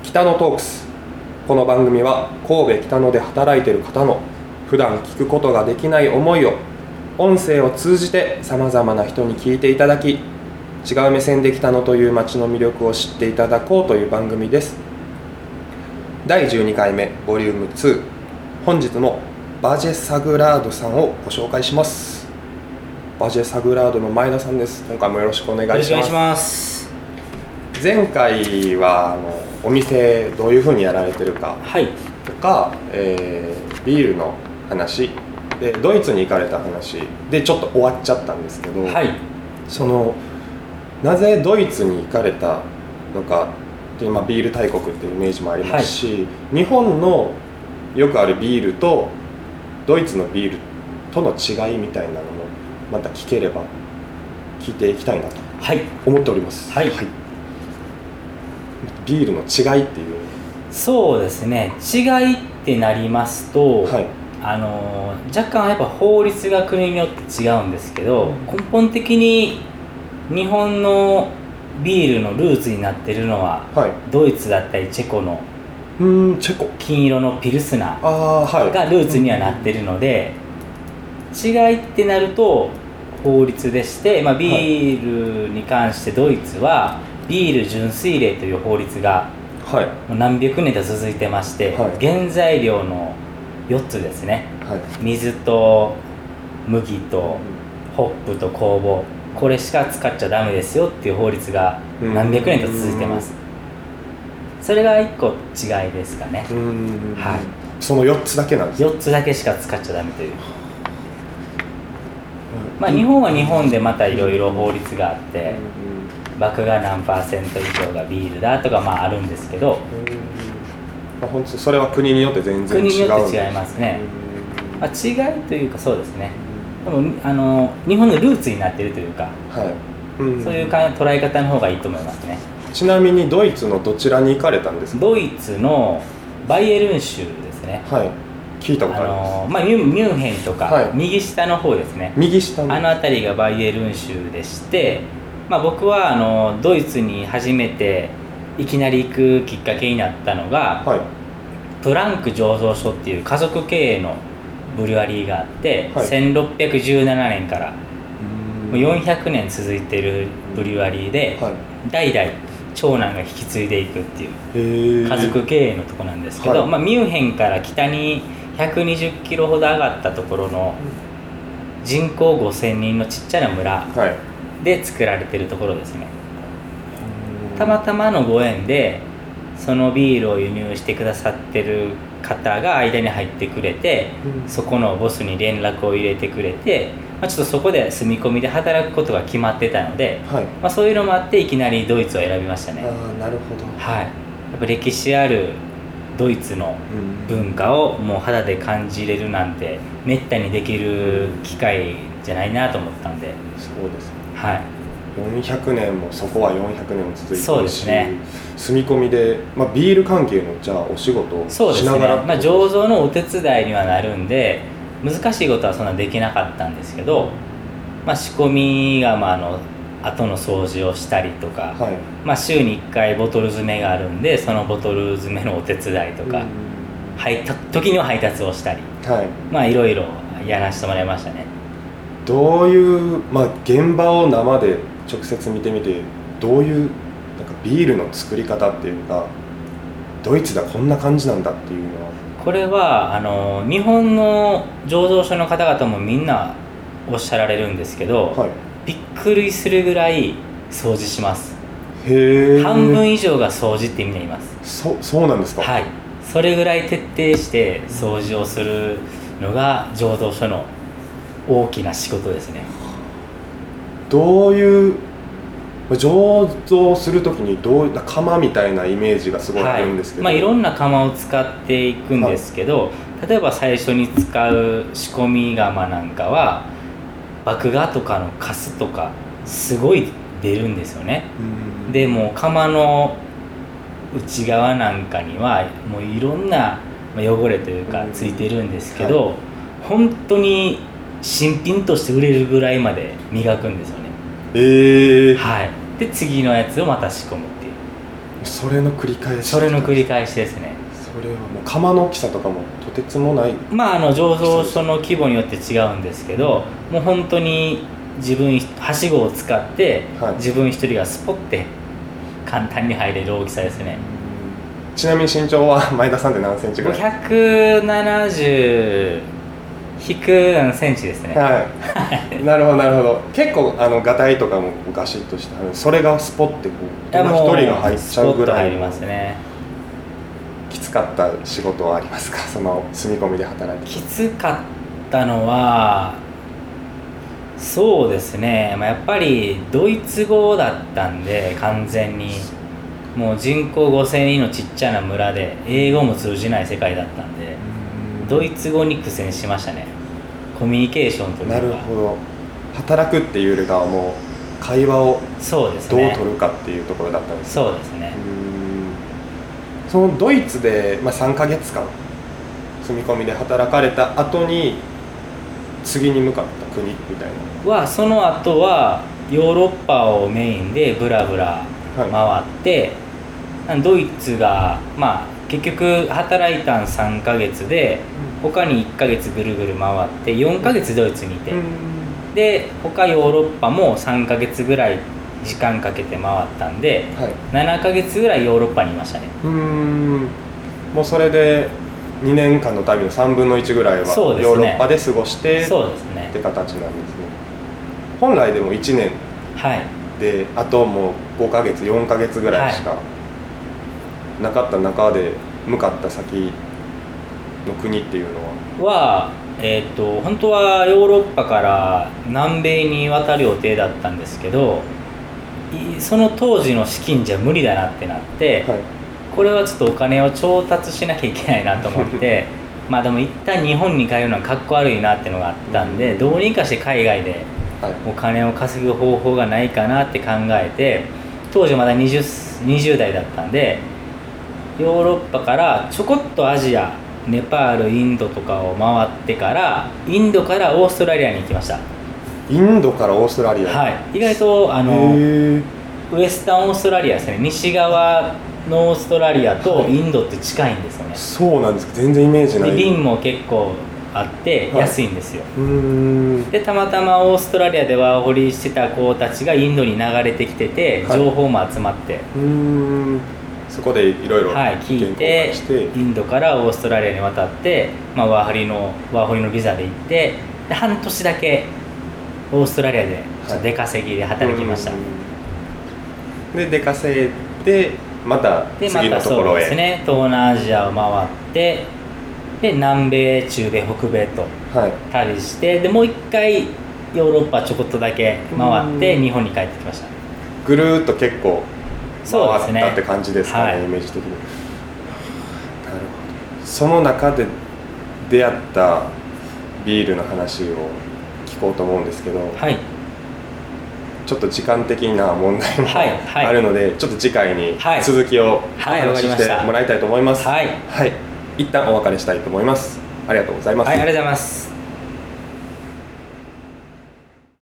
北野トークス。この番組は神戸北野で働いている方の普段聞くことができない思いを音声を通じてさまざまな人に聞いていただき、違う目線で北野という街の魅力を知っていただこうという番組です。第12回目ボリューム2、本日のバジェサグラードさんをご紹介します。バジェサグラードの前田さんです。今回もよろしくお願いします。 よろしくお願いします。 前回はお店どういうふうにやられてるかとか、ビールの話でドイツに行かれた話でちょっと終わっちゃったんですけど、なぜドイツに行かれたのかっていう、ビール大国っていうイメージもありますし、日本のよくあるビールとドイツのビールとの違いみたいなのもまた聞ければ聞いていきたいなと思っております。ビールの違いっていう。 そうですね、違いってなりますと、若干やっぱ法律が国によって違うんですけど、根本的に日本のビールのルーツになっているのは、ドイツだったりチェコの金色のピルスナーがルーツにはなっているので、違いってなると法律でして、ビールに関してドイツはビール純粋令という法律がもう何百年と続いてまして、原材料の4つですね、水と麦とホップと酵母、これしか使っちゃダメですよっていう法律が何百年と続いてます。それが1個違いですかね。 その4つだけなんですか？ 4 つだけしか使っちゃダメという。日本は日本でまたいろいろ法律があって、麦芽何%以上がビールだとかあるんですけど、 本当それは国によって全然違う。 国によって違いますね。違いというか、そうですね、でも日本のルーツになっているというか、そういう捉え方の方がいいと思いますね。 ちなみにドイツのどちらに行かれたんですか？ ドイツのバイエルン州ですね。 聞いたことあります。 ミュンヘンとか、右下の方ですね。 右下の辺りがバイエルン州でして、僕はドイツに初めていきなり行くきっかけになったのが、プランク醸造所っていう家族経営のブリュワリーがあって、1617年からもう400年続いているブリュワリーで、代々長男が引き継いでいくっていう家族経営のとこなんですけど、ミュンヘンから北に120キロほど上がったところの人口5000人のちっちゃな村で作られてるところですね。たまたまのご縁でそのビールを輸入してくださってる方が間に入ってくれて、そこのボスに連絡を入れてくれて、ちょっとそこで住み込みで働くことが決まってたので、そういうのもあっていきなりドイツを選びましたね。 なるほど。 やっぱ歴史あるドイツの文化をもう肌で感じれるなんてめったにできる機会じゃないなと思ったんで。 そうですね。400年も、そこは400年も続いてるし、 そうですね、 住み込みで、ビール関係のじゃあお仕事をしながら、 醸造のお手伝いにはなるんで、難しいことはそんなできなかったんですけど、仕込みが後の掃除をしたりとか、週に1回ボトル詰めがあるんで、そのボトル詰めのお手伝いとか、時には配達をしたり、いろいろやらせてもらいましたね。 どういう、現場を生で直接見てみて、どういうビールの作り方っていうか、ドイツではこんな感じなんだっていうのは。 これは日本の醸造所の方々もみんなおっしゃられるんですけど、びっくりするぐらい掃除します。半分以上が掃除ってみんな言います。 そうなんですか？ それぐらい徹底して掃除をするのが醸造所の大きな仕事ですね。 どういう醸造するときにどういった窯みたいなイメージがすごいあるんですけど、 いろんな窯を使っていくんですけど、例えば最初に使う仕込み窯なんかは麦芽とかのカスとかすごい出るんですよね。でもう窯の内側なんかにはもういろんな汚れというかついてるんですけど、本当に新品として売れるぐらいまで磨くんですよね。で次のやつをまた仕込むっていう。 それの繰り返し。 それの繰り返しですね。 それはもう窯の大きさとかもとてつもない。 醸造所の規模によって違うんですけど、もう本当にはしごを使って、自分一人がスポッて簡単に入れる大きさですね。 ちなみに身長は前田さんって何センチぐらい ？170引く何センチですね。 はい。なるほどなるほど。結構ガタイとかもガシッとした、それがスポッてこう一人が入っちゃうぐらい。 入りますね。 きつかった仕事はありますか？その住み込みで働いて。 きつかったのはそうですね。やっぱりドイツ語だったんで、完全にもう人口5000人のちっちゃな村で英語も通じない世界だったんで、ドイツ語に苦戦しましたね。コミュニケーションというか。 なるほど。働くっていうよりかはもう会話をどう取るかっていうところだったんです。 そうですね。 そのドイツで、3ヶ月間住み込みで働かれた後に次に向かった国みたいなその後はヨーロッパをメインでブラブラ回って、ドイツが結局働いたん3ヶ月で、他に1ヶ月ぐるぐる回って4ヶ月ドイツにいて、で他ヨーロッパも3ヶ月ぐらい時間かけて回ったんで、7ヶ月ぐらいヨーロッパにいましたね。 もうそれで2年間の旅の3分の1ぐらいはヨーロッパで過ごしてって形なんですね。本来でも1年で、あともう5ヶ月4ヶ月ぐらいしかなかった中で向かった先の国っていうのは本当はヨーロッパから南米に渡る予定だったんですけど、その当時の資金じゃ無理だなってなって、これはちょっとお金を調達しなきゃいけないなと思ってでも一旦日本に帰るのはかっこ悪いなっていうのがあったんで、どうにかして海外でお金を稼ぐ方法がないかなって考えて、当時まだ20代だったんで、ヨーロッパからちょこっとアジア、ネパール、インドとかを回ってから、インドからオーストラリアに行きました。 インドからオーストラリア。 意外とウエスタンオーストラリアですね。西側のオーストラリアとインドって近いんですよね。 そうなんですか。全然イメージない。 で便も結構あって安いんですよ。でたまたまオーストラリアでワーホリしてた子たちがインドに流れてきてて、情報も集まって、 そこでいろいろ聞いて、インドからオーストラリアに渡って、ワーホリのビザで行って、で半年だけオーストラリアで出稼ぎで働きました。 で出稼いでまた次のところへ。 そうですね。東南アジアを回って、で南米、中米、北米と旅して、でもう一回ヨーロッパちょこっとだけ回って日本に帰ってきました。 ぐるーっと結構回ったって感じですかね、イメージ的に。なるほど。その中で出会ったビールの話を聞こうと思うんですけど、ちょっと時間的な問題もあるので、ちょっと次回に続きをお話ししてもらいたいと思います。一旦お別れしたいと思います。ありがとうございます。 ありがとうございます。